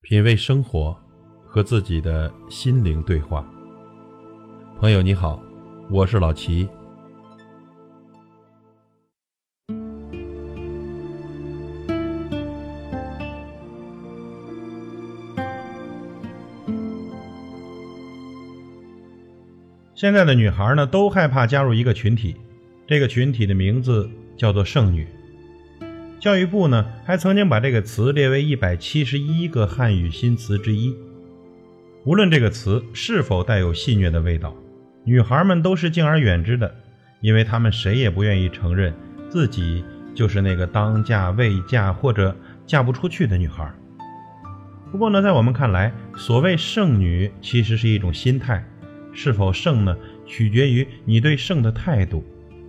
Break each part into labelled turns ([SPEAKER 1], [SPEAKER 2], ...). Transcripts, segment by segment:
[SPEAKER 1] 品味生活，和自己的心灵对话。朋友你好，我是老齐。现在的女孩呢，都害怕加入一个群体，这个群体的名字叫做剩女。教育部呢，还曾经把这个词列为171个汉语新词之一。无论这个词是否带有戏谑的味道，女孩们都是敬而远之的，因为她们谁也不愿意承认自己就是那个当嫁、未嫁或者嫁不出去的女孩。不过呢，在我们看来，所谓剩女其实是一种心态，是否剩呢，取决于你对剩的态度。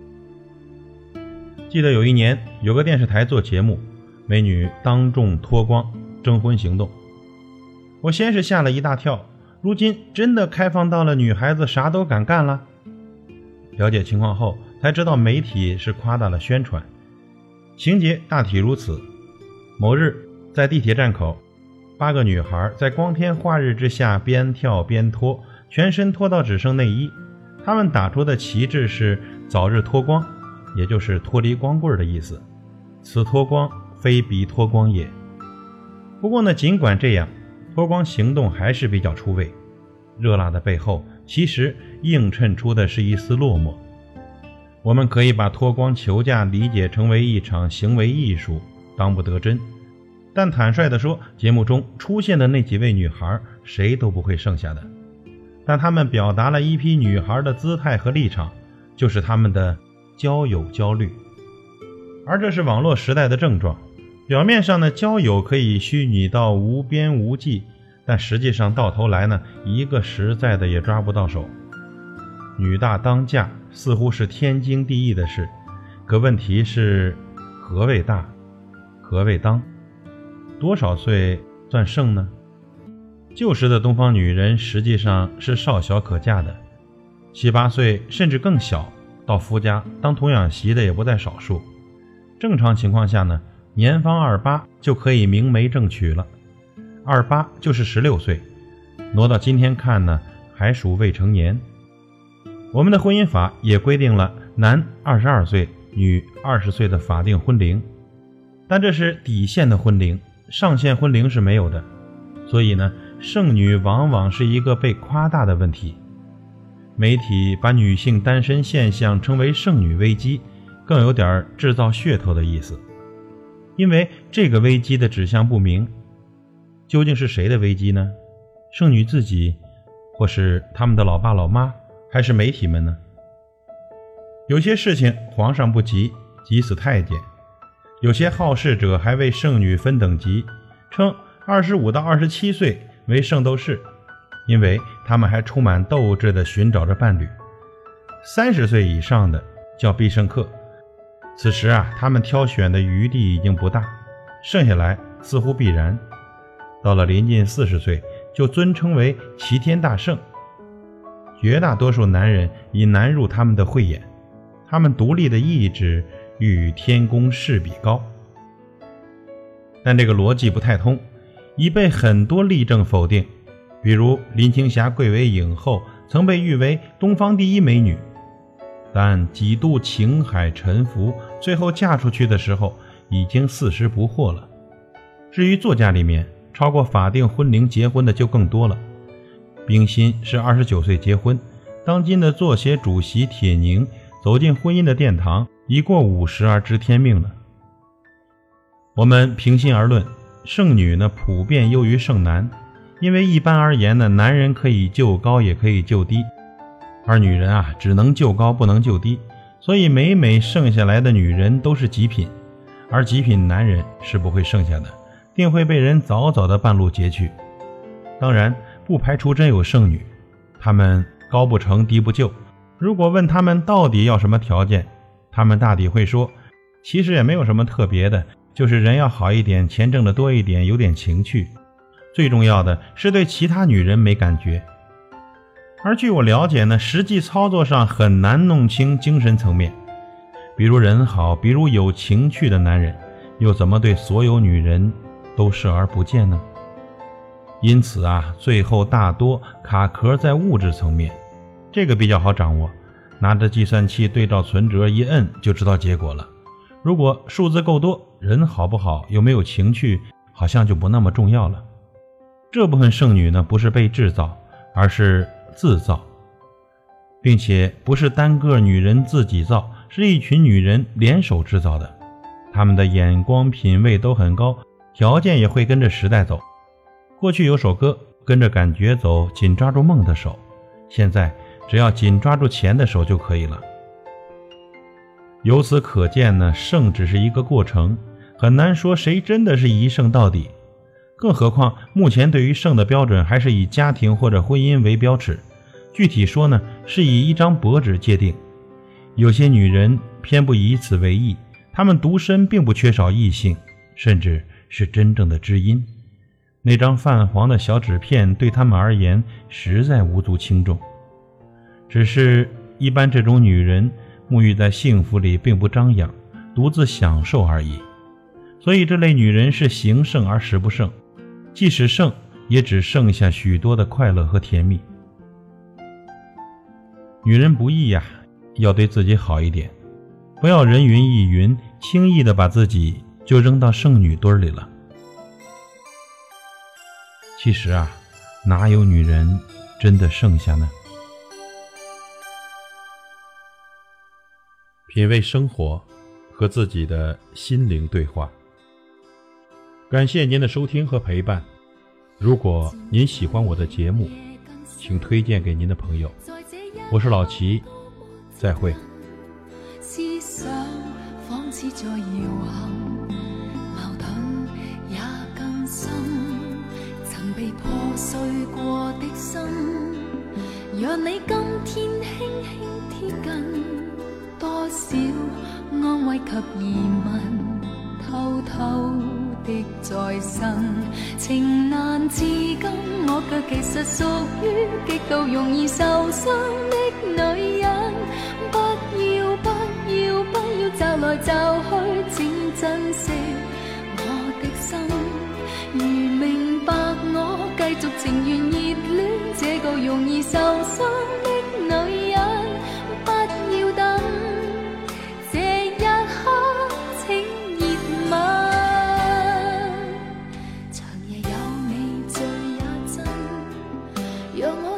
[SPEAKER 1] 记得有一年，有个电视台做节目，美女当众脱光征婚行动。我先是吓了一大跳，如今真的开放到了女孩子啥都敢干了？了解情况后才知道，媒体是夸大了宣传。情节大体如此：某日在地铁站口，8个女孩在光天化日之下边跳边脱，全身脱到只剩内衣。她们打出的旗帜是早日脱光，也就是脱离光棍的意思。此脱光非彼脱光也。不过呢，尽管这样，脱光行动还是比较出位。热辣的背后，其实映衬出的是一丝落寞。我们可以把脱光求嫁理解成为一场行为艺术，当不得真。但坦率地说，节目中出现的那几位女孩，谁都不会剩下的。但她们表达了一批女孩的姿态和立场，就是她们的交友焦虑。而这是网络时代的症状。表面上呢，交友可以虚拟到无边无际，但实际上到头来呢，一个实在的也抓不到手。女大当嫁似乎是天经地义的事，可问题是何谓大，何谓当？多少岁算剩呢？旧时的东方女人实际上是少小可嫁的，7、8岁甚至更小，到夫家当童养媳的也不在少数。正常情况下呢，年方28就可以明媒正娶了，28就是16岁，挪到今天看呢，还属未成年。我们的婚姻法也规定了男22岁，女20岁的法定婚龄，但这是底线的婚龄，上限婚龄是没有的。所以呢，剩女往往是一个被夸大的问题。媒体把女性单身现象称为剩女危机，更有点制造噱头的意思。因为这个危机的指向不明，究竟是谁的危机呢？剩女自己，或是他们的老爸老妈，还是媒体们呢？有些事情皇上不急，急死太监。有些好事者还为剩女分等级，称25到27岁为圣斗士，因为他们还充满斗志地寻找着伴侣。30岁以上的叫必胜客，此时啊，他们挑选的余地已经不大，剩下来似乎必然。到了临近40岁，就尊称为齐天大圣。绝大多数男人已难入他们的慧眼，他们独立的意志欲与天公试比高。但这个逻辑不太通，已被很多例证否定。比如林青霞贵为影后，曾被誉为东方第一美女，但几度情海沉浮，最后嫁出去的时候已经40不惑了。至于作家里面，超过法定婚龄结婚的就更多了。冰心是29岁结婚，当今的作协主席铁凝走进婚姻的殿堂，已过50而知天命了。我们平心而论，剩女呢普遍优于剩男，因为一般而言呢，男人可以就高也可以就低，而女人啊只能就高不能就低，所以每剩下来的女人都是极品，而极品男人是不会剩下的，定会被人早早的半路截去。当然不排除真有剩女，她们高不成低不就，如果问她们到底要什么条件，她们大抵会说，其实也没有什么特别的，就是人要好一点，钱挣得多一点，有点情趣，最重要的是对其他女人没感觉。而据我了解呢，实际操作上很难弄清精神层面，比如人好，比如有情趣的男人，又怎么对所有女人都视而不见呢？ 因此啊，最后大多卡壳在物质层面，这个比较好掌握，拿着计算器对照存折一摁就知道结果了。如果数字够多，人好不好，有没有情趣，好像就不那么重要了。这部分剩女呢，不是被制造，而是自造，并且不是单个女人自己造，是一群女人联手制造的。她们的眼光品味都很高，条件也会跟着时代走。过去有首歌，跟着感觉走，紧抓住梦的手，现在只要紧抓住钱的手就可以了。由此可见呢，胜只是一个过程，很难说谁真的是一胜到底。更何况目前对于胜的标准还是以家庭或者婚姻为标尺，具体说呢，是以一张薄纸界定。有些女人偏不以此为意，她们独身并不缺少异性，甚至是真正的知音。那张泛黄的小纸片对她们而言实在无足轻重。只是一般这种女人沐浴在幸福里并不张扬，独自享受而已。所以这类女人是形胜而实不胜，即使胜，也只剩下许多的快乐和甜蜜。女人不易呀，要对自己好一点，不要人云亦云，轻易的把自己就扔到剩女堆里了。其实啊，哪有女人真的剩下呢？品味生活，和自己的心灵对话。感谢您的收听和陪伴。如果您喜欢我的节目，请推荐给您的朋友。我是老齐，再会。
[SPEAKER 2] 思想仿似在搖晃，矛盾也更深，曾被破碎过的心，讓你今天輕輕貼近，多少安慰及疑問，偷偷的再生，情難自禁，我卻其實屬於極度容易受傷的女人。不要不要不要驟來驟去，請珍惜我的心。如明白我，繼續情願熱戀這個容易受傷的女人。不要等這一刻，請熱吻。長夜有你醉也真，讓我